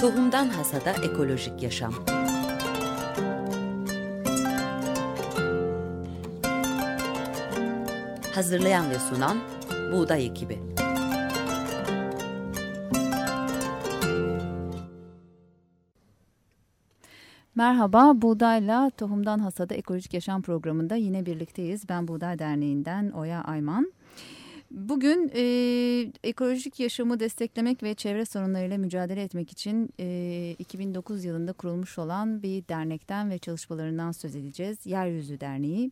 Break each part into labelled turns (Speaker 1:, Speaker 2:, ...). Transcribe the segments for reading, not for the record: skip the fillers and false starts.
Speaker 1: Tohumdan Hasada Ekolojik Yaşam. Hazırlayan ve sunan Buğday Ekibi.
Speaker 2: Merhaba, Buğday'la Tohumdan Hasada Ekolojik Yaşam programında yine birlikteyiz. Ben Buğday Derneği'nden Oya Ayman. Bugün ekolojik yaşamı desteklemek ve çevre sorunlarıyla mücadele etmek için 2009 yılında kurulmuş olan bir dernekten ve çalışmalarından söz edeceğiz. Yeryüzü Derneği.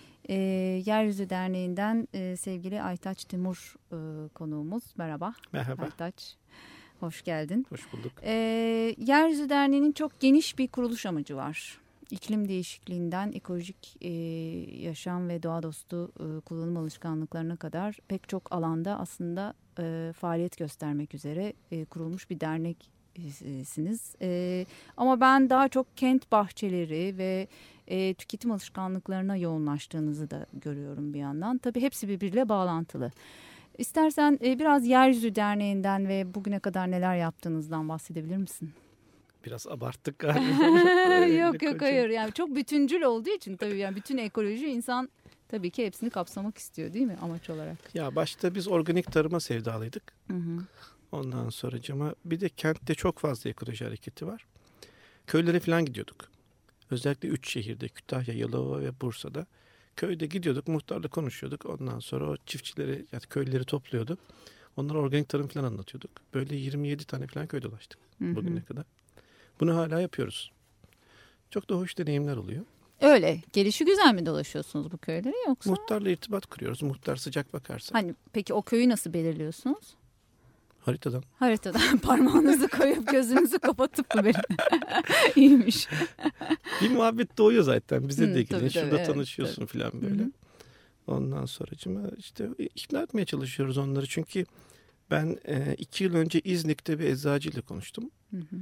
Speaker 2: Yeryüzü Derneği'nden sevgili Aytaç Timur konuğumuz. Merhaba.
Speaker 3: Merhaba.
Speaker 2: Aytaç, hoş geldin.
Speaker 3: Hoş bulduk.
Speaker 2: Yeryüzü Derneği'nin çok geniş bir kuruluş amacı var. İklim değişikliğinden ekolojik yaşam ve doğa dostu kullanım alışkanlıklarına kadar pek çok alanda aslında faaliyet göstermek üzere kurulmuş bir derneksiniz. Ama ben daha çok kent bahçeleri ve tüketim alışkanlıklarına yoğunlaştığınızı da görüyorum bir yandan. Tabii hepsi birbiriyle bağlantılı. İstersen biraz Yeryüzü Derneği'nden ve bugüne kadar neler yaptığınızdan bahsedebilir misin?
Speaker 3: Biraz abarttık galiba.
Speaker 2: Yok hayır, yani çok bütüncül olduğu için tabii, yani bütün ekoloji, insan tabii ki hepsini kapsamak istiyor değil mi amaç olarak?
Speaker 3: Ya başta biz organik tarıma sevdalıydık.
Speaker 2: Hı hı.
Speaker 3: Ondan sonracığıma bir de kentte çok fazla ekoloji hareketi var. Köylere falan gidiyorduk. Özellikle 3 şehirde, Kütahya, Yalova ve Bursa'da. Köyde gidiyorduk, muhtarla konuşuyorduk. Ondan sonra o çiftçileri, yani köylüleri topluyorduk. Onlara organik tarım falan anlatıyorduk. Böyle 27 tane falan köy dolaştık bugüne kadar. Bunu hala yapıyoruz. Çok da hoş deneyimler oluyor.
Speaker 2: Öyle. Gelişi güzel mi dolaşıyorsunuz bu köylere yoksa?
Speaker 3: Muhtarla irtibat kuruyoruz. Muhtar sıcak bakarsa.
Speaker 2: Hani peki o köyü nasıl belirliyorsunuz?
Speaker 3: Haritadan.
Speaker 2: Haritadan parmağınızı koyup gözünüzü kapatıp mı İyiymiş.
Speaker 3: Bir muhabbet doğuyor zaten. Bize de ilgili. Şurada
Speaker 2: evet,
Speaker 3: tanışıyorsun
Speaker 2: tabii.
Speaker 3: falan böyle. Hı-hı. Ondan sonracığıma işte ikna etmeye çalışıyoruz onları. Çünkü ben 2 yıl önce İznik'te bir eczacıyla konuştum. Hı-hı.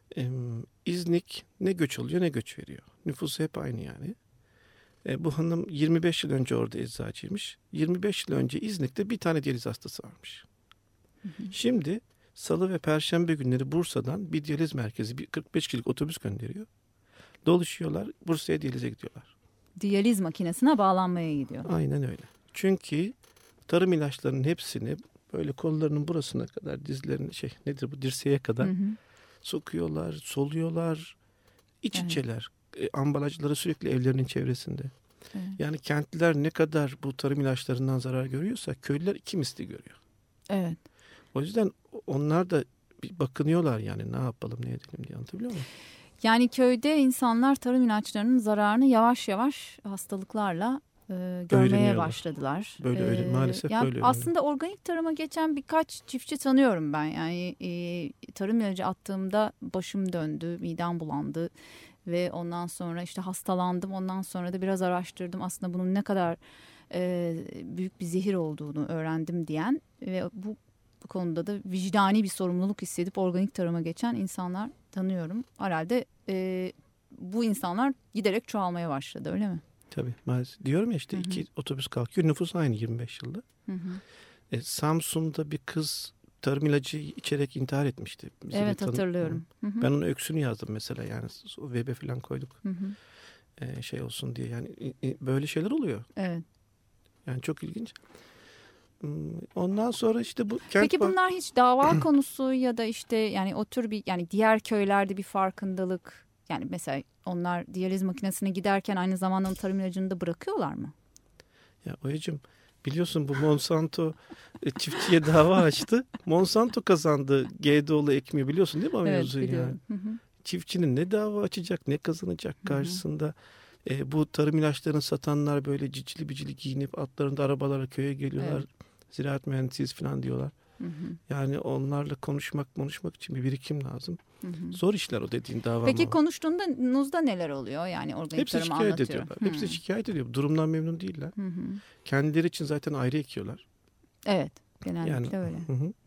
Speaker 3: İznik ne göç alıyor ne göç veriyor. Nüfusu hep aynı yani. Bu hanım 25 yıl önce orada eczacıymış. 25 yıl önce İznik'te bir tane diyaliz hastası varmış. Hı hı. Şimdi salı ve perşembe günleri Bursa'dan bir diyaliz merkezi, bir 45 kişilik otobüs gönderiyor. Doluşuyorlar, Bursa'ya diyalize gidiyorlar.
Speaker 2: Diyaliz makinesine bağlanmaya gidiyor.
Speaker 3: Aynen öyle. Çünkü tarım ilaçlarının hepsini böyle kollarının burasına kadar, dizlerinin dirseğe kadar sokuyorlar, soluyorlar, iç içeler. Ambalajları sürekli evlerinin çevresinde. Evet. Yani kentliler ne kadar bu tarım ilaçlarından zarar görüyorsa köylüler 2 misli görüyor.
Speaker 2: Evet.
Speaker 3: O yüzden onlar da bir bakınıyorlar yani ne yapalım ne edelim diye, anlatabiliyor muyum?
Speaker 2: Yani köyde insanlar tarım ilaçlarının zararını yavaş yavaş hastalıklarla görmeye başladılar.
Speaker 3: Böyle maalesef
Speaker 2: yani
Speaker 3: böyle.
Speaker 2: Aslında organik tarıma geçen birkaç çiftçi tanıyorum ben. Yani tarım ilacı attığımda başım döndü, midem bulandı ve ondan sonra işte hastalandım. Ondan sonra da biraz araştırdım. Aslında bunun ne kadar büyük bir zehir olduğunu öğrendim diyen ve bu konuda da vicdani bir sorumluluk hissedip organik tarıma geçen insanlar tanıyorum. Herhalde bu insanlar giderek çoğalmaya başladı, öyle mi?
Speaker 3: Tabii maalesef. Diyorum ya işte 2 otobüs kalkıyor. Nüfus aynı 25 yılda. Samsun'da bir kız tarım ilacı içerek intihar etmişti.
Speaker 2: Evet, hatırlıyorum.
Speaker 3: Ben onun öksünü yazdım mesela, yani web'e falan koyduk. Şey olsun diye, yani böyle şeyler oluyor. Evet. Yani çok ilginç. Ondan sonra işte bu
Speaker 2: Peki bunlar hiç dava konusu ya da işte yani o tür bir, yani diğer köylerde bir farkındalık, yani mesela onlar diyaliz makinesine giderken aynı zamanda tarım ilacını da bırakıyorlar mı?
Speaker 3: Ya Oya'cığım, biliyorsun bu Monsanto çiftçiye dava açtı. Monsanto kazandı. GDO'lu ekmeği, biliyorsun değil mi o mevzuyu?
Speaker 2: Evet, biliyorum. Yani?
Speaker 3: Çiftçinin ne dava açacak ne kazanacak karşısında. Bu tarım ilaçlarını satanlar böyle cicili bicili giyinip atlarında arabalara köye geliyorlar. Evet. Ziraat mühendisiyiz falan diyorlar. Yani onlarla konuşmak için bir birikim lazım. Zor işler o dediğin dava.
Speaker 2: Peki konuştuğunuzda neler oluyor? Yani organik tarımı anlatıyor.
Speaker 3: Hepsi şikayet ediyorlar. Hepsi şikayet ediyor. Durumdan memnun değiller. Kendileri için zaten ayrı ekiyorlar.
Speaker 2: Evet. Genellikle öyle.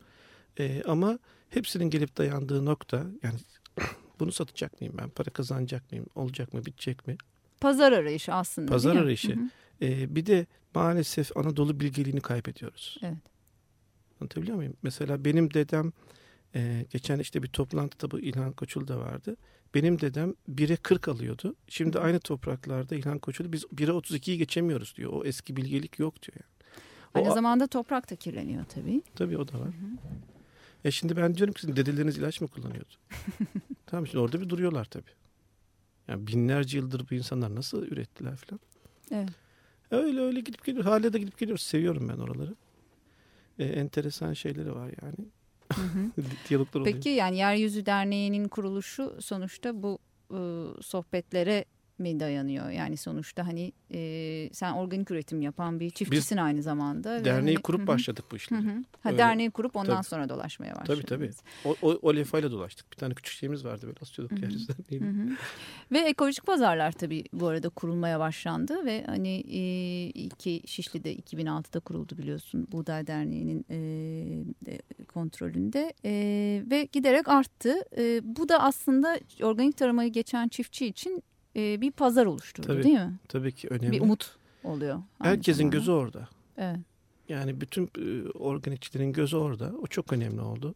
Speaker 3: Ama hepsinin gelip dayandığı nokta, yani bunu satacak mıyım ben? Para kazanacak mıyım? Olacak mı? Bitecek mi?
Speaker 2: Pazar arayışı aslında.
Speaker 3: Pazar arayışı. Bir de maalesef Anadolu bilgeliğini kaybediyoruz.
Speaker 2: Evet.
Speaker 3: Anlatabiliyor muyum? Mesela benim dedem Geçen işte bir toplantıda bu İlhan Koçul da vardı. Benim dedem 1'e 40 alıyordu. Şimdi aynı topraklarda İlhan Koçul biz 1'e 32'yi geçemiyoruz diyor. O eski bilgelik yok diyor yani.
Speaker 2: Aynı zamanda toprak da kirleniyor tabii.
Speaker 3: Tabii o da var. Şimdi ben diyorum ki sizin dedeleriniz ilaç mı kullanıyordu? Tamam, şimdi orada bir duruyorlar tabii. Yani binlerce yıldır bu insanlar nasıl ürettiler falan.
Speaker 2: Evet.
Speaker 3: Öyle gidip geliyoruz. Hala da gidip geliyoruz. Seviyorum ben oraları. Enteresan şeyleri var yani. Diyaloglar oluyor.
Speaker 2: Peki yani Yeryüzü Derneği'nin kuruluşu sonuçta bu sohbetlere mi dayanıyor? Yani sonuçta hani sen organik üretim yapan bir çiftçisin aynı zamanda.
Speaker 3: Derneği
Speaker 2: hani,
Speaker 3: kurup başladık bu işleri.
Speaker 2: Derneği kurup ondan
Speaker 3: tabii.
Speaker 2: sonra dolaşmaya başladınız.
Speaker 3: Tabii. O lefayla dolaştık. Bir tane küçük şeyimiz vardı böyle asıyorduk yeryüzünden.
Speaker 2: Ve ekolojik pazarlar tabii bu arada kurulmaya başlandı ve hani ilki Şişli'de 2006'da kuruldu biliyorsun Buğday Derneği'nin kontrolünde ve giderek arttı. Bu da aslında organik taramayı geçen çiftçi için bir pazar oluşturdu
Speaker 3: tabii,
Speaker 2: değil mi?
Speaker 3: Tabii ki önemli.
Speaker 2: Bir umut oluyor.
Speaker 3: Herkesin gözü orada.
Speaker 2: Evet.
Speaker 3: Yani bütün organikçilerin gözü orada. O çok önemli oldu.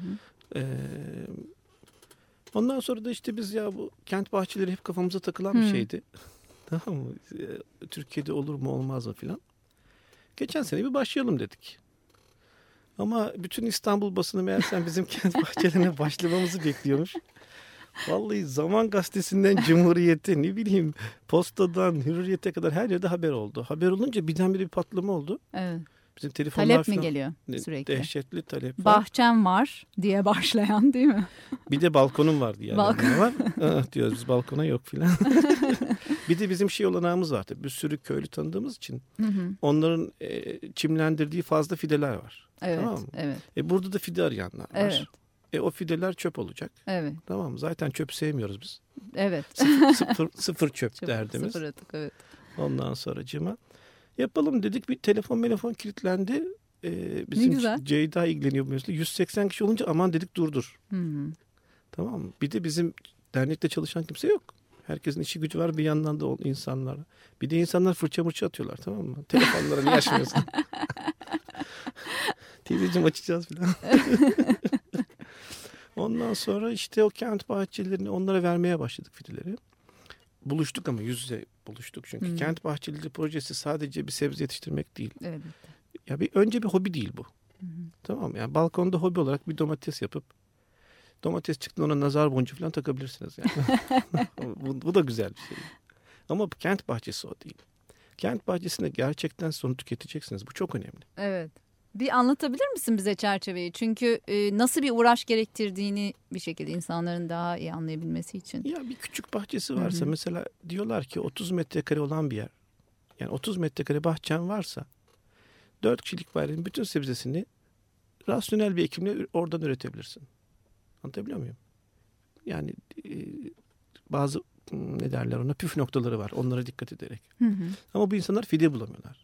Speaker 3: Ondan sonra da işte biz ya bu kent bahçeleri hep kafamıza takılan bir şeydi. Tamam mı? Türkiye'de olur mu olmaz mı filan. Geçen sene bir başlayalım dedik. Ama bütün İstanbul basını meğersem bizim kent bahçelerine başlamamızı bekliyormuş. Vallahi Zaman Gazetesi'nden Cumhuriyet'e ne bileyim Posta'dan Hürriyet'e kadar her yerde haber oldu. Haber olunca birdenbire bir patlama oldu.
Speaker 2: Evet.
Speaker 3: Bizim telefonlar
Speaker 2: talep
Speaker 3: falan,
Speaker 2: mi geliyor sürekli?
Speaker 3: Dehşetli talep var.
Speaker 2: Bahçem var diye başlayan değil mi?
Speaker 3: Bir de balkonum var diye.
Speaker 2: Balkon
Speaker 3: var. Diyoruz biz balkona yok filan. Bir de bizim olanağımız var tabii. Bir sürü köylü tanıdığımız için. Onların çimlendirdiği fazla fideler var.
Speaker 2: Evet.
Speaker 3: Tamam mı?
Speaker 2: Evet.
Speaker 3: Burada da fide arayanlar var.
Speaker 2: Evet.
Speaker 3: O fideler çöp olacak.
Speaker 2: Evet.
Speaker 3: Tamam mı? Zaten çöp sevmiyoruz biz.
Speaker 2: Evet.
Speaker 3: Sıfır çöp derdimiz.
Speaker 2: Sıfır atık, evet.
Speaker 3: Ondan sonracığıma yapalım dedik. Bir telefon kilitlendi. Bizim Ceyda ilgileniyor bu mesele. 180 kişi olunca aman dedik durdur. Tamam mı? Bir de bizim dernekte çalışan kimse yok. Herkesin işi gücü var bir yandan da insanlara. Bir de insanlar fırça atıyorlar, tamam mı? Telefonlara niye açmıyorsun? Teyzeciğim açacağız falan. Ondan sonra işte o kent bahçelerini onlara vermeye başladık fideleri. Buluştuk ama yüz yüze buluştuk. Çünkü kent bahçeleri projesi sadece bir sebze yetiştirmek değil.
Speaker 2: Evet.
Speaker 3: Ya önce bir hobi değil bu. Tamam mı? Yani balkonda hobi olarak bir domates yapıp domates çıktığında ona nazar boncuğu falan takabilirsiniz yani. bu da güzel bir şey. Ama kent bahçesi o değil. Kent bahçesinde gerçekten sonu tüketeceksiniz. Bu çok önemli.
Speaker 2: Evet. Bir anlatabilir misin bize çerçeveyi? Çünkü nasıl bir uğraş gerektirdiğini bir şekilde insanların daha iyi anlayabilmesi için.
Speaker 3: Ya bir küçük bahçesi varsa mesela diyorlar ki 30 metrekare olan bir yer. Yani 30 metrekare bahçen varsa 4 kişilik ailenin bütün sebzesini rasyonel bir ekimle oradan üretebilirsin. Anlatabiliyor muyum? Yani bazı ne derler ona püf noktaları var. Onlara dikkat ederek. Ama bu insanlar fide bulamıyorlar.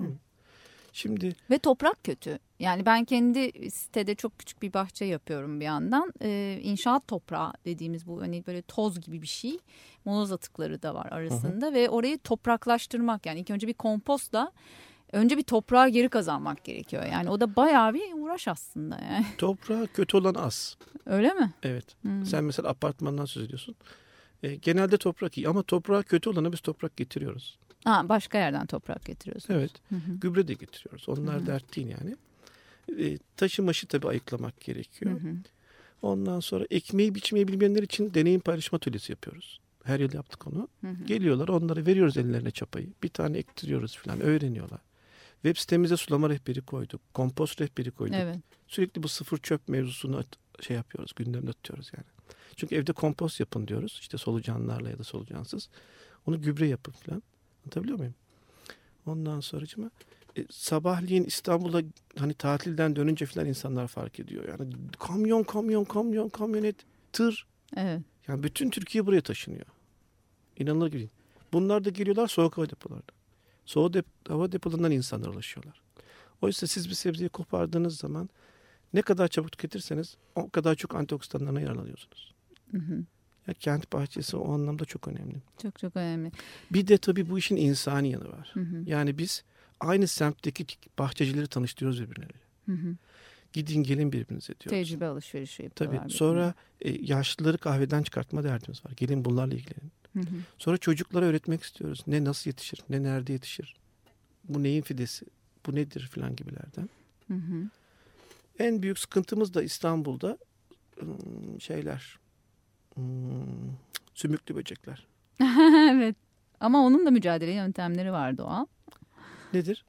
Speaker 3: Şimdi
Speaker 2: ve toprak kötü. Yani ben kendi sitede çok küçük bir bahçe yapıyorum bir yandan. İnşaat toprağı dediğimiz bu hani böyle toz gibi bir şey. Moloz atıkları da var arasında ve orayı topraklaştırmak yani ilk önce bir kompostla önce bir toprağa geri kazanmak gerekiyor. Yani o da bayağı bir uğraş aslında yani.
Speaker 3: Toprağı kötü olan az.
Speaker 2: Öyle mi?
Speaker 3: Evet. Sen mesela apartmandan söz ediyorsun. Genelde toprak iyi ama toprağı kötü olana biz toprak getiriyoruz.
Speaker 2: Başka yerden toprak getiriyorsunuz.
Speaker 3: Evet. Gübre de getiriyoruz. Onlar dert değil yani. Taşı maşı tabii ayıklamak gerekiyor. Ondan sonra ekmeği biçmeyi bilmeyenler için deneyim paylaşma atölyesi yapıyoruz. Her yıl yaptık onu. Geliyorlar, onlara veriyoruz ellerine çapayı. Bir tane ektiriyoruz falan, öğreniyorlar. Web sitemize sulama rehberi koyduk. Kompost rehberi koyduk.
Speaker 2: Evet.
Speaker 3: Sürekli bu sıfır çöp mevzusunu yapıyoruz. Gündemde tutuyoruz yani. Çünkü evde kompost yapın diyoruz. İşte solucanlarla ya da solucansız. Onu gübre yapın falan. Anlatabiliyor muyum? Ondan sonracığıma sabahleyin İstanbul'a hani tatilden dönünce falan insanlar fark ediyor. Yani kamyonet, tır.
Speaker 2: Evet.
Speaker 3: Yani bütün Türkiye buraya taşınıyor. İnanılır gibi. Bunlar da geliyorlar soğuk hava depolarda. Soğuk hava depolarından insanlar ulaşıyorlar. Oysa siz bir sebzeyi kopardığınız zaman ne kadar çabuk tüketirseniz o kadar çok antioksidanlarına yararlanıyorsunuz. Ya kent bahçesi o anlamda çok önemli.
Speaker 2: Çok çok önemli.
Speaker 3: Bir de tabii bu işin insani yanı var. Yani biz aynı semtteki bahçecileri tanıştırıyoruz birbirleriyle. Gidin gelin birbirinize diyoruz.
Speaker 2: Tecrübe alışverişi yapıyorlar.
Speaker 3: Tabii. Sonra yaşlıları kahveden çıkartma derdimiz var. Gelin bunlarla ilgilenin.
Speaker 2: Hı hı.
Speaker 3: Sonra çocuklara öğretmek istiyoruz. Ne nasıl yetişir, ne nerede yetişir. Bu neyin fidesi, bu nedir filan gibilerden.
Speaker 2: Hı hı.
Speaker 3: En büyük sıkıntımız da İstanbul'da sümüklü böcekler.
Speaker 2: Evet. Ama onun da mücadele yöntemleri var Doğal.
Speaker 3: Nedir?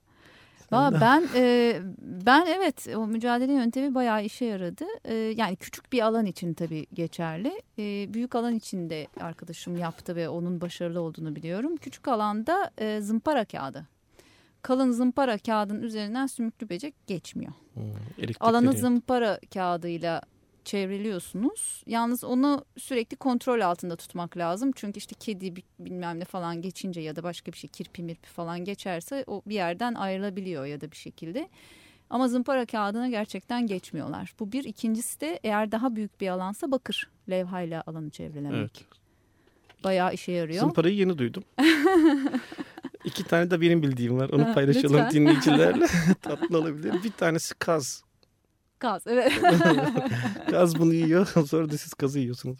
Speaker 2: Ben evet, o mücadele yöntemi bayağı işe yaradı. Yani küçük bir alan için tabii geçerli. Büyük alan için de arkadaşım yaptı ve onun başarılı olduğunu biliyorum. Küçük alanda zımpara kağıdı. Kalın zımpara kağıdın üzerinden sümüklü böcek geçmiyor. Alanı zımpara kağıdıyla çevriliyorsunuz. Yalnız onu sürekli kontrol altında tutmak lazım. Çünkü işte kedi bilmem ne falan geçince ya da başka bir şey, kirpi mirpi falan geçerse o bir yerden ayrılabiliyor ya da bir şekilde. Ama zımpara kağıdına gerçekten geçmiyorlar. Bu bir. İkincisi de eğer daha büyük bir alansa bakır levhayla alanı çevrelemek.
Speaker 3: Evet.
Speaker 2: Bayağı işe yarıyor.
Speaker 3: Zımparayı yeni duydum. 2 tane de benim bildiğim var. Onu paylaşalım
Speaker 2: lütfen.
Speaker 3: Dinleyicilerle. Tatlı olabilir. Bir tanesi kaz.
Speaker 2: Kaz, evet.
Speaker 3: Kaz bunu yiyor. Sonra da siz kazı yiyorsunuz.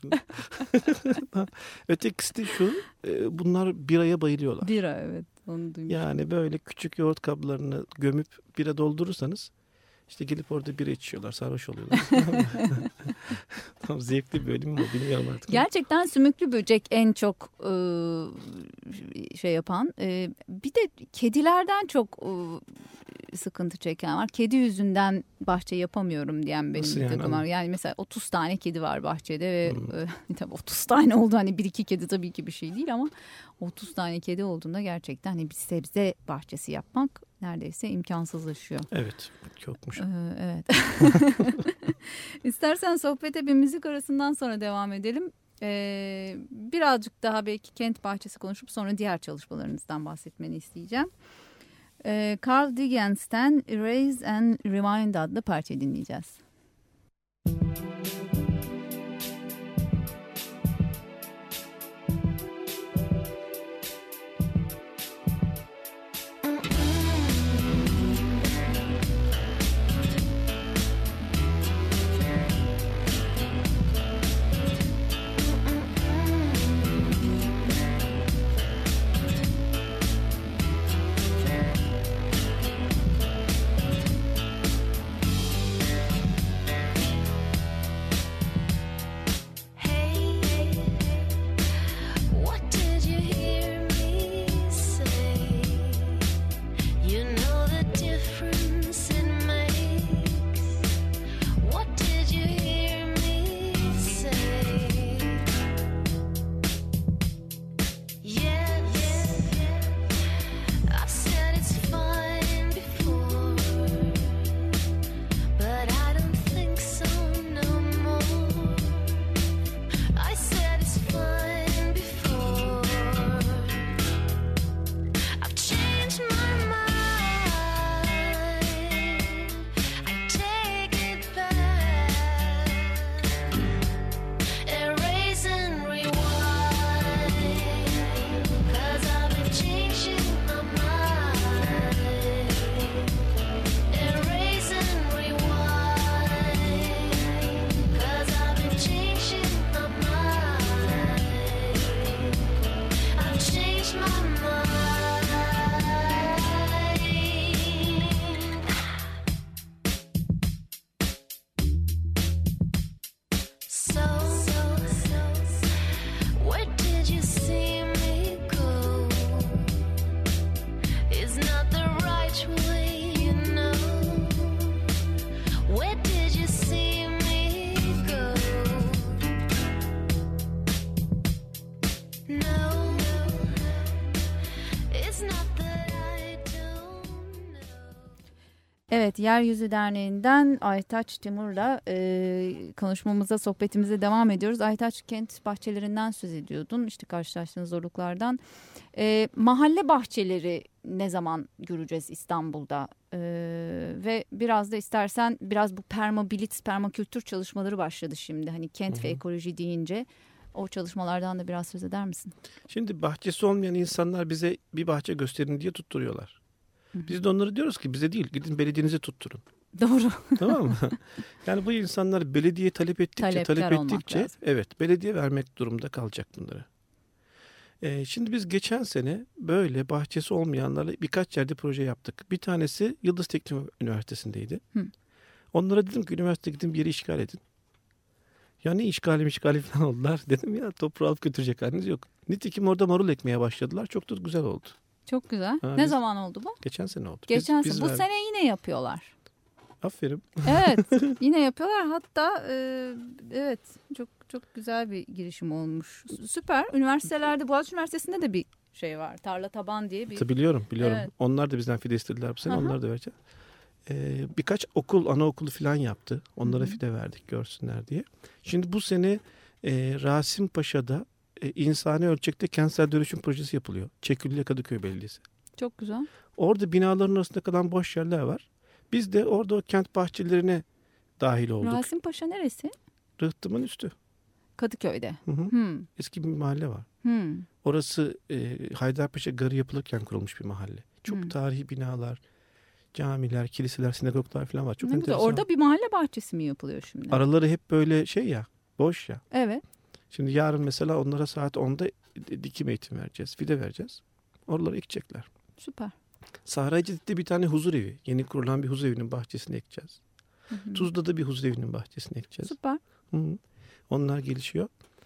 Speaker 3: Ötekisi de şu. Bunlar biraya bayılıyorlar.
Speaker 2: Bira, evet. Onu duymuştum.
Speaker 3: Yani böyle küçük yoğurt kablarını gömüp bira doldurursanız işte gelip orada bira içiyorlar. Sarhoş oluyorlar. Tam zevkli bir bölüm mü? Bilmiyorum artık.
Speaker 2: Gerçekten sümüklü böcek en çok şey yapan. Bir de kedilerden çok sıkıntı çeken var. Kedi yüzünden bahçe yapamıyorum diyen benim bir takım var. Yani mesela 30 tane kedi var bahçede ve tabii 30 tane oldu. Hani 1-2 kedi tabii ki bir şey değil ama 30 tane kedi olduğunda gerçekten hani bir sebze bahçesi yapmak neredeyse imkansızlaşıyor.
Speaker 3: Evet, çokmuş.
Speaker 2: Evet. İstersen sohbete bir müzik arasından sonra devam edelim. Birazcık daha belki kent bahçesi konuşup sonra diğer çalışmalarınızdan bahsetmeni isteyeceğim. Carl Digens'ten Erase and Rewind adlı parçayı dinleyeceğiz. Evet, Yeryüzü Derneği'nden Aytaç Timur'la konuşmamıza, sohbetimize devam ediyoruz. Aytaç, kent bahçelerinden söz ediyordun, işte karşılaştığın zorluklardan. Mahalle bahçeleri ne zaman göreceğiz İstanbul'da? Ve biraz da istersen biraz bu permakültür çalışmaları başladı şimdi. Hani kent ve ekoloji deyince o çalışmalardan da biraz söz eder misin?
Speaker 3: Şimdi bahçesi olmayan insanlar bize bir bahçe gösterin diye tutturuyorlar. Biz de onlara diyoruz ki bize değil, gidin belediyenize tutturun.
Speaker 2: Doğru.
Speaker 3: Tamam mı? Yani bu insanlar belediye talep ettikçe evet, belediye vermek durumunda kalacak bunları. Şimdi biz geçen sene böyle bahçesi olmayanlarla birkaç yerde proje yaptık. Bir tanesi Yıldız Teknik Üniversitesi'ndeydi. Onlara dedim ki üniversite gidin bir yeri işgal edin. Ya ne işgali falan oldular. Dedim ya toprağı alıp götürecek haliniz yok. Nitekim orada marul ekmeye başladılar. Çok da güzel oldu.
Speaker 2: Çok güzel. Ne zaman oldu bu?
Speaker 3: Geçen sene oldu.
Speaker 2: Geçen sene. Bu sene yine yapıyorlar.
Speaker 3: Aferin.
Speaker 2: Evet, yine yapıyorlar. Hatta evet, çok güzel bir girişim olmuş. Süper. Üniversitelerde, Boğaziçi Üniversitesi'nde de bir şey var. Tarla Taban diye bir.
Speaker 3: Biliyorum.
Speaker 2: Evet.
Speaker 3: Onlar da bizden fide istediler bu sene. Onları da vereceğiz. Birkaç anaokulu falan yaptı. Onlara fide verdik görsünler diye. Şimdi bu sene Rasim Paşa'da insani ölçekte kentsel dönüşüm projesi yapılıyor. Çekülü'yle Kadıköy Belediyesi.
Speaker 2: Çok güzel.
Speaker 3: Orada binaların arasında kalan boş yerler var. Biz de orada o kent bahçelerine dahil olduk.
Speaker 2: Rasim Paşa neresi?
Speaker 3: Rıhtımın üstü.
Speaker 2: Kadıköy'de.
Speaker 3: Eski bir mahalle var. Orası Haydarpaşa Garı yapılırken kurulmuş bir mahalle. Çok tarihi binalar, camiler, kiliseler, sinagoglar falan var. Çok enteresan.
Speaker 2: Orada bir mahalle bahçesi mi yapılıyor şimdi?
Speaker 3: Araları hep böyle boş ya.
Speaker 2: Evet.
Speaker 3: Şimdi yarın mesela onlara saat 10'da dikim eğitim vereceğiz, fide vereceğiz. Oraları ekecekler.
Speaker 2: Süper.
Speaker 3: Sahraycı'da bir tane huzur evi, yeni kurulan bir huzur evinin bahçesini ekeceğiz. Tuzla'da da bir huzur evinin bahçesini ekeceğiz.
Speaker 2: Süper.
Speaker 3: Onlar gelişiyor.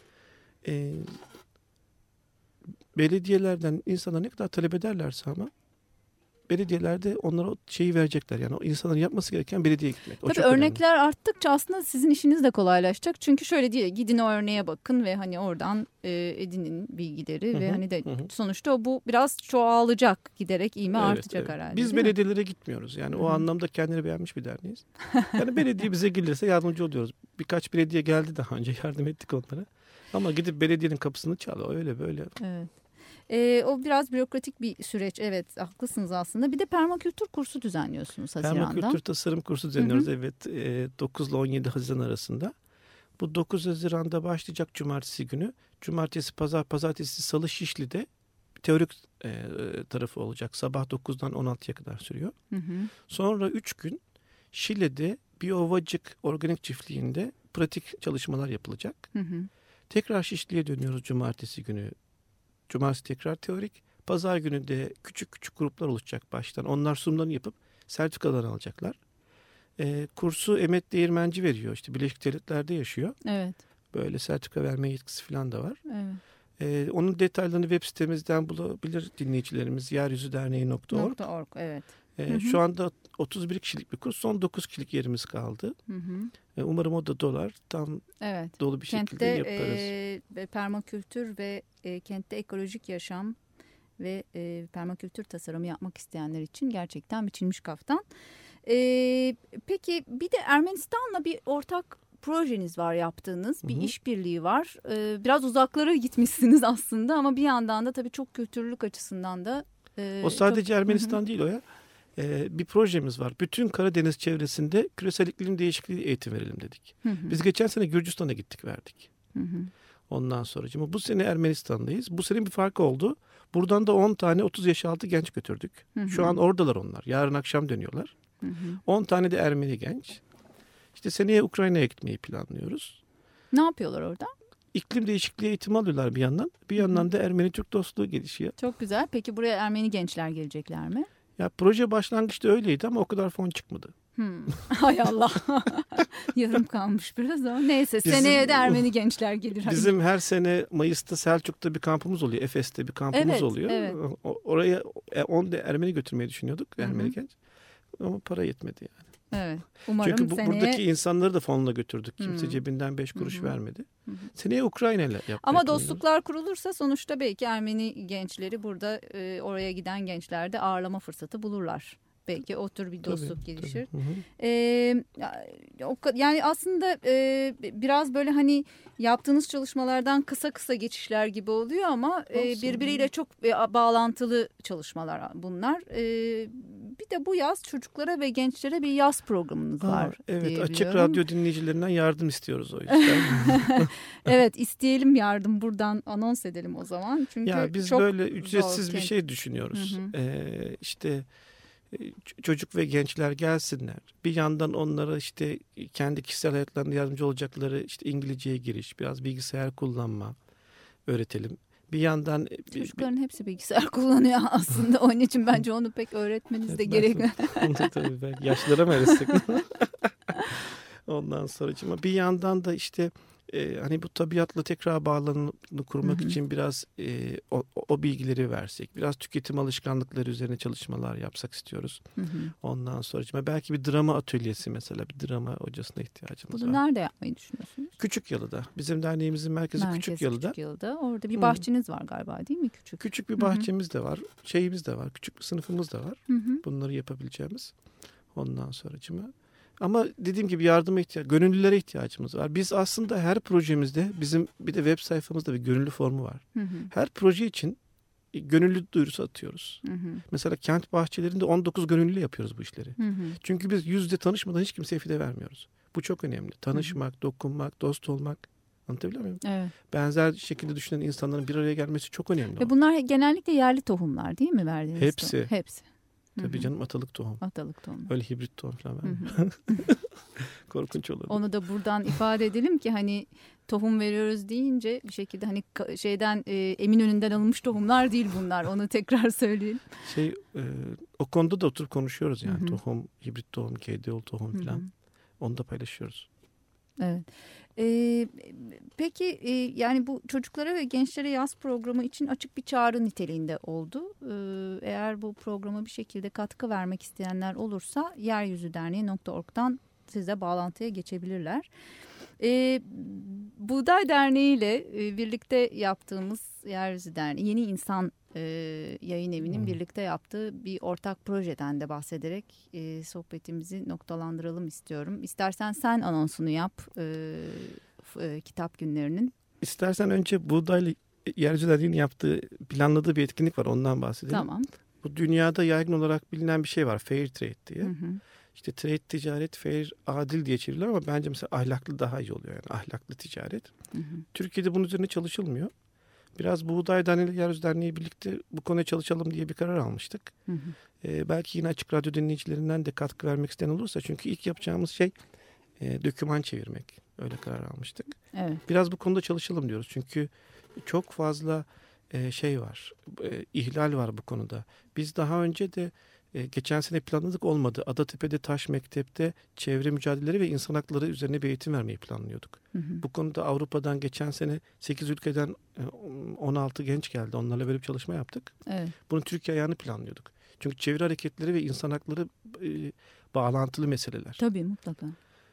Speaker 3: Belediyelerden insanlar ne kadar talep ederlerse ama belediyelerde onlara o şeyi verecekler. Yani o insanların yapması gereken belediyeye gitmek. O
Speaker 2: tabii
Speaker 3: çok
Speaker 2: örnekler
Speaker 3: önemli.
Speaker 2: arttıkça aslında sizin işiniz de kolaylaşacak. Çünkü şöyle diye gidin o örneğe bakın ve hani oradan edinin bilgileri ve hani de sonuçta bu biraz çoğalacak, giderek ivme artacak herhalde.
Speaker 3: Biz belediyelere gitmiyoruz. Yani o anlamda kendini beğenmiş bir derneğiz. Yani belediye bize gelirse yardımcı oluyoruz. Birkaç belediye geldi daha önce, yardım ettik onlara. Ama gidip belediyenin kapısını çalıyor öyle böyle.
Speaker 2: Evet. O biraz bürokratik bir süreç. Evet, haklısınız aslında. Bir de permakültür kursu düzenliyorsunuz Haziran'da.
Speaker 3: Permakültür tasarım kursu düzenliyoruz. Evet, 9 ile 17 Haziran arasında. Bu 9 Haziran'da başlayacak cumartesi günü. Cumartesi, pazartesi, salı Şişli'de teorik tarafı olacak. Sabah 9'dan 16'ya kadar sürüyor. Sonra 3 gün Şile'de bir Ovacık organik çiftliğinde pratik çalışmalar yapılacak. Tekrar Şişli'ye dönüyoruz cumartesi günü. Cumartesi tekrar teorik. Pazar günü de küçük gruplar oluşacak baştan. Onlar sunumlarını yapıp sertifikalarını alacaklar. Kursu Emet Değirmenci veriyor. İşte Birleşik Devletler'de yaşıyor.
Speaker 2: Evet.
Speaker 3: Böyle sertifika verme yetkisi falan da var.
Speaker 2: Evet.
Speaker 3: Onun detaylarını web sitemizden bulabilir dinleyicilerimiz. Yeryüzüderneği.org.
Speaker 2: Evet.
Speaker 3: Şu anda 31 kişilik bir kurs. Son 9 kişilik yerimiz kaldı. Umarım o da dolar. Tam dolu bir şekilde yaparız.
Speaker 2: Kentte permakültür ve kentte ekolojik yaşam ve permakültür tasarımı yapmak isteyenler için gerçekten biçilmiş kaftan. Peki bir de Ermenistan'la bir ortak projeniz var yaptığınız. Bir işbirliği var. Biraz uzaklara gitmişsiniz aslında ama bir yandan da tabii çok kültürlülük açısından da.
Speaker 3: O sadece Ermenistan değil o ya. Bir projemiz var. Bütün Karadeniz çevresinde küresel iklim değişikliği eğitim verelim dedik. Biz geçen sene Gürcistan'a gittik verdik. Ondan sonra bu sene Ermenistan'dayız. Bu sene bir fark oldu. Buradan da 10 tane 30 yaş altı genç götürdük. Şu an oradalar onlar. Yarın akşam dönüyorlar. 10 tane de Ermeni genç. İşte seneye Ukrayna'ya gitmeyi planlıyoruz.
Speaker 2: Ne yapıyorlar orada?
Speaker 3: İklim değişikliği eğitimi alıyorlar bir yandan. Bir yandan da Ermeni-Türk dostluğu gelişiyor.
Speaker 2: Çok güzel. Peki buraya Ermeni gençler gelecekler mi?
Speaker 3: Ya proje başlangıçta öyleydi ama o kadar fon çıkmadı.
Speaker 2: Hay Allah. Yarım kalmış biraz ama neyse seneye de Ermeni gençler gelir.
Speaker 3: Bizim her sene Mayıs'ta Selçuk'ta bir kampımız oluyor. Efes'te bir kampımız oluyor.
Speaker 2: Evet.
Speaker 3: Oraya 10 da Ermeni götürmeyi düşünüyorduk. Ermeni genç. Ama para yetmedi yani.
Speaker 2: Evet. Umarım
Speaker 3: çünkü
Speaker 2: seneye...
Speaker 3: buradaki insanları da fonla götürdük. Kimse cebinden 5 kuruş vermedi. Seneye Ukrayna'yla yapmaya
Speaker 2: ama dostluklar kurulursa sonuçta belki Ermeni gençleri burada oraya giden gençler de ağırlama fırsatı bulurlar. Belki o tür bir dostluk gelişir. Yani aslında biraz böyle hani yaptığınız çalışmalardan kısa geçişler gibi oluyor ama birbiriyle çok bağlantılı çalışmalar bunlar. Bir de bu yaz çocuklara ve gençlere bir yaz programınız var.
Speaker 3: Evet, Açık Radyo dinleyicilerinden yardım istiyoruz o yüzden.
Speaker 2: Evet, isteyelim yardım, buradan anons edelim o zaman. Çünkü
Speaker 3: ya biz
Speaker 2: çok
Speaker 3: böyle ücretsiz bir şey düşünüyoruz. İşte çocuk ve gençler gelsinler. Bir yandan onlara işte kendi kişisel hayatlarında yardımcı olacakları işte İngilizceye giriş, biraz bilgisayar kullanma öğretelim. Bir yandan
Speaker 2: çocukların hepsi bilgisayar kullanıyor aslında. Onun için bence onu pek öğretmeniz de gerekmiyor.
Speaker 3: Tabii belki yaşlara mı öğretsek? Ondan sonra bir yandan da işte hani bu tabiatla tekrar bağlarını kurmak için biraz o bilgileri versek, biraz tüketim alışkanlıkları üzerine çalışmalar yapsak istiyoruz. Ondan sonra belki bir drama atölyesi, mesela bir drama hocasına ihtiyacımız var.
Speaker 2: Bunu nerede yapmayı düşünüyorsunuz?
Speaker 3: Küçükyalı'da. Bizim derneğimizin merkezi Küçükyalı'da.
Speaker 2: Orada bir bahçeniz var galiba, değil mi? Küçük bir
Speaker 3: bahçemiz de var, şeyimiz de var, küçük bir sınıfımız da var. Bunları yapabileceğimiz. Ondan sonracığıma. Ama dediğim gibi yardıma gönüllülere ihtiyacımız var. Biz aslında her projemizde, bizim bir de web sayfamızda bir gönüllü formu var. Her proje için gönüllü duyurusu atıyoruz. Mesela kent bahçelerinde 19 gönüllü yapıyoruz bu işleri. Çünkü biz yüzde tanışmadan hiç kimseye fide vermiyoruz. Bu çok önemli. Tanışmak, dokunmak, dost olmak. Anlatabiliyor muyum?
Speaker 2: Evet.
Speaker 3: Benzer şekilde düşünen insanların bir araya gelmesi çok önemli.
Speaker 2: Ve bunlar genellikle yerli tohumlar değil mi verdiğiniz? Hepsi.
Speaker 3: Tabii canım, atalık tohum. Öyle hibrit tohum falan var. Korkunç olur.
Speaker 2: Onu da buradan ifade edelim ki hani tohum veriyoruz deyince bir şekilde hani Eminönü'nden alınmış tohumlar değil bunlar. Onu tekrar söyleyelim.
Speaker 3: O konuda da oturup konuşuyoruz yani. Tohum, hibrit tohum, GDO tohum falan. Onu da paylaşıyoruz.
Speaker 2: Evet. Peki yani bu çocuklara ve gençlere yaz programı için açık bir çağrı niteliğinde oldu. Eğer bu programa bir şekilde katkı vermek isteyenler olursa yeryüzüderneği.org'dan size bağlantıya geçebilirler. Buğday Derneği ile birlikte yaptığımız Yeryüzü Derneği Yeni İnsan Yayın Evi'nin birlikte yaptığı bir ortak projeden de bahsederek sohbetimizi noktalandıralım istiyorum. İstersen sen anonsunu yap kitap günlerinin.
Speaker 3: İstersen önce Buğday'la Yeryüzü Derneği'nin planladığı bir etkinlik var, ondan bahsedelim.
Speaker 2: Tamam.
Speaker 3: Bu dünyada yaygın olarak bilinen bir şey var, fair trade diye. İşte trade, ticaret, fair, adil diye çevirilir ama bence mesela ahlaklı daha iyi oluyor, yani ahlaklı ticaret. Türkiye'de bunun üzerine çalışılmıyor. Biraz Buğday Derneği, Yeryüzü Derneği birlikte bu konuya çalışalım diye bir karar almıştık. Belki yine Açık Radyo dinleyicilerinden de katkı vermek isteyen olursa, çünkü ilk yapacağımız şey doküman çevirmek. Öyle karar almıştık.
Speaker 2: Evet.
Speaker 3: Biraz bu konuda çalışalım diyoruz. Çünkü çok fazla var, ihlal var bu konuda. Biz daha önce de geçen sene planladık, olmadı. Adatepe'de Taş Mektep'te çevre mücadeleleri ve insan hakları üzerine bir eğitim vermeyi planlıyorduk. Bu konuda Avrupa'dan geçen sene 8 ülkeden 16 genç geldi. Onlarla böyle bir çalışma yaptık.
Speaker 2: Evet.
Speaker 3: Bunu Türkiye ayağını planlıyorduk. Çünkü çevre hareketleri ve insan hakları bağlantılı meseleler.
Speaker 2: Tabii, mutlaka.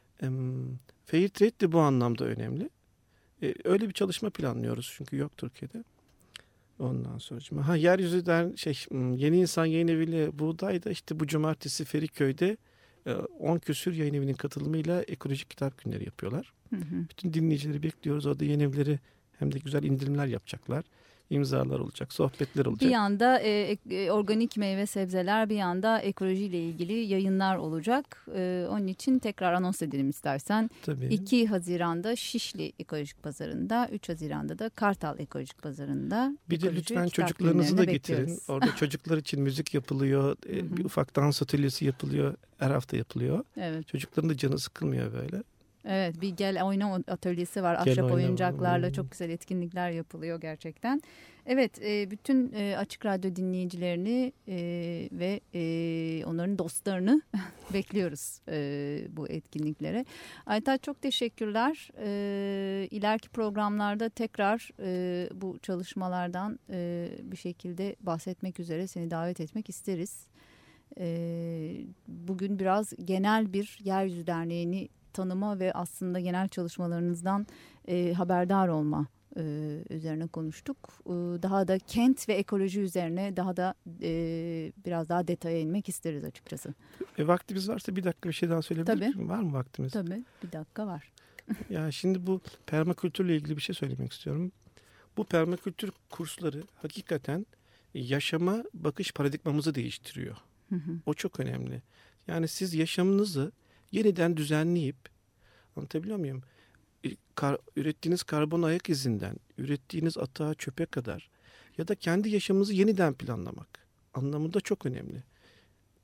Speaker 3: Fair trade de bu anlamda önemli. Öyle bir çalışma planlıyoruz çünkü yok Türkiye'de. Ondan sonra Yeryüzü'den Yeni İnsan Yayın Evi ile Buğday'da işte bu cumartesi Feriköy'de 10 küsür yayın evinin katılımıyla ekolojik kitap günleri yapıyorlar. Bütün dinleyicileri bekliyoruz. Orada yayın evleri hem de güzel indirimler yapacaklar. İmzalar olacak, sohbetler olacak.
Speaker 2: Bir yanda organik meyve sebzeler, bir yanda ekolojiyle ilgili yayınlar olacak. Onun için tekrar anons edelim istersen.
Speaker 3: Tabii.
Speaker 2: 2 Haziran'da Şişli Ekolojik Pazarı'nda, 3 Haziran'da da Kartal Ekolojik Pazarı'nda.
Speaker 3: Bir de lütfen çocuklarınızı da getirin. Orada çocuklar için müzik yapılıyor, bir ufak dans atölyesi yapılıyor, her hafta yapılıyor.
Speaker 2: Evet.
Speaker 3: Çocukların da canı sıkılmıyor böyle.
Speaker 2: Evet, bir gel oyna atölyesi var. Ahşap oyuncaklarla çok güzel etkinlikler yapılıyor gerçekten. Evet, bütün Açık Radyo dinleyicilerini ve onların dostlarını bekliyoruz bu etkinliklere. Aytaç, çok teşekkürler. İleriki programlarda tekrar bu çalışmalardan bir şekilde bahsetmek üzere seni davet etmek isteriz. Bugün biraz genel bir Yeryüzü Derneği'ni tanıma ve aslında genel çalışmalarınızdan haberdar olma üzerine konuştuk. Daha da kent ve ekoloji üzerine daha da biraz daha detaya inmek isteriz açıkçası.
Speaker 3: Vaktimiz varsa bir dakika bir şey daha söyleyebilir miyim? Var mı vaktimiz?
Speaker 2: Tabii, bir dakika var.
Speaker 3: Ya şimdi bu permakültürle ilgili bir şey söylemek istiyorum. Bu permakültür kursları hakikaten yaşama bakış paradigmamızı değiştiriyor. O çok önemli. Yani siz yaşamınızı yeniden düzenleyip, anlatabiliyor muyum? Ürettiğiniz karbon ayak izinden, ürettiğiniz atığa, çöpe kadar ya da kendi yaşamınızı yeniden planlamak anlamında çok önemli.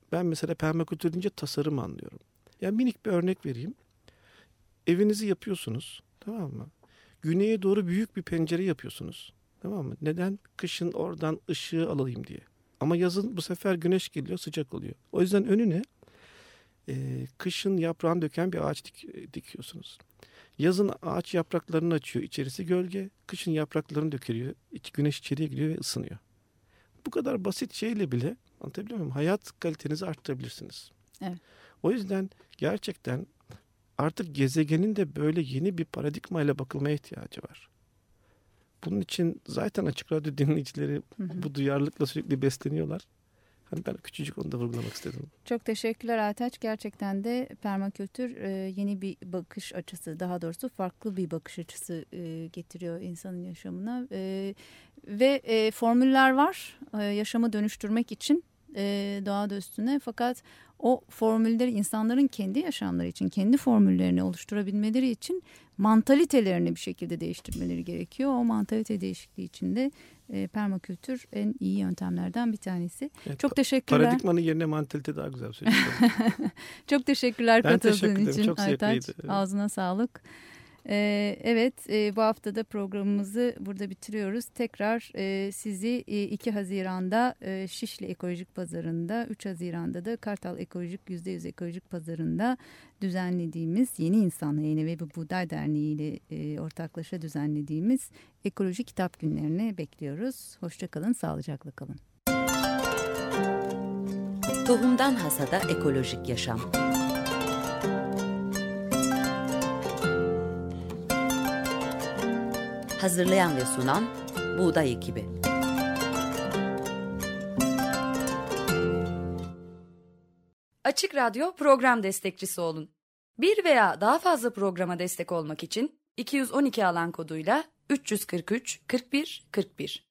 Speaker 3: Ben mesela permakültür deyince tasarım anlıyorum. Yani minik bir örnek vereyim. Evinizi yapıyorsunuz, tamam mı? Güneye doğru büyük bir pencere yapıyorsunuz. Tamam mı? Neden? Kışın oradan ışığı alayım diye. Ama yazın bu sefer güneş geliyor, sıcak oluyor. O yüzden önüne kışın yaprağını döken bir ağaç dikiyorsunuz. Yazın ağaç yapraklarını açıyor, içerisi gölge. Kışın yapraklarını dökülüyor, güneş içeriye giriyor ve ısınıyor. Bu kadar basit şeyle bile, anlatabiliyor muyum? Hayat kalitenizi arttırabilirsiniz.
Speaker 2: Evet.
Speaker 3: O yüzden gerçekten artık gezegenin de böyle yeni bir paradigmayla bakılmaya ihtiyacı var. Bunun için zaten Açık Radyo dinleyicileri bu duyarlılıkla sürekli besleniyorlar. Hani ben küçücük onu da vurgulamak istedim.
Speaker 2: Çok teşekkürler Aytaç. Gerçekten de permakültür yeni bir bakış açısı, daha doğrusu farklı bir bakış açısı getiriyor insanın yaşamına. Ve formüller var yaşamı dönüştürmek için doğa üstüne. Fakat o formülleri insanların kendi yaşamları için, kendi formüllerini oluşturabilmeleri için mantalitelerini bir şekilde değiştirmeleri gerekiyor. O mantalite değişikliği için de permakültür en iyi yöntemlerden bir tanesi. Evet, çok teşekkürler.
Speaker 3: Paradigmanın yerine mantalite daha güzel söylüyorum.
Speaker 2: Çok teşekkürler katıldığın için.
Speaker 3: Çok
Speaker 2: Aytaç, ağzına sağlık. Evet, bu hafta da programımızı burada bitiriyoruz. Tekrar sizi 2 Haziran'da Şişli Ekolojik Pazarı'nda, 3 Haziran'da da Kartal Ekolojik %100 Ekolojik Pazarı'nda düzenlediğimiz Yeni İnsan Yayını ve Buğday Derneği ile ortaklaşa düzenlediğimiz ekoloji kitap günlerine bekliyoruz. Hoşça kalın, sağlıcakla kalın.
Speaker 1: Tohumdan Hasada Ekolojik Yaşam. Hazırlayan ve sunan Buğday Ekibi.
Speaker 4: Açık Radyo program destekçisi olun. Bir veya daha fazla programa destek olmak için 212 alan koduyla 343 41 41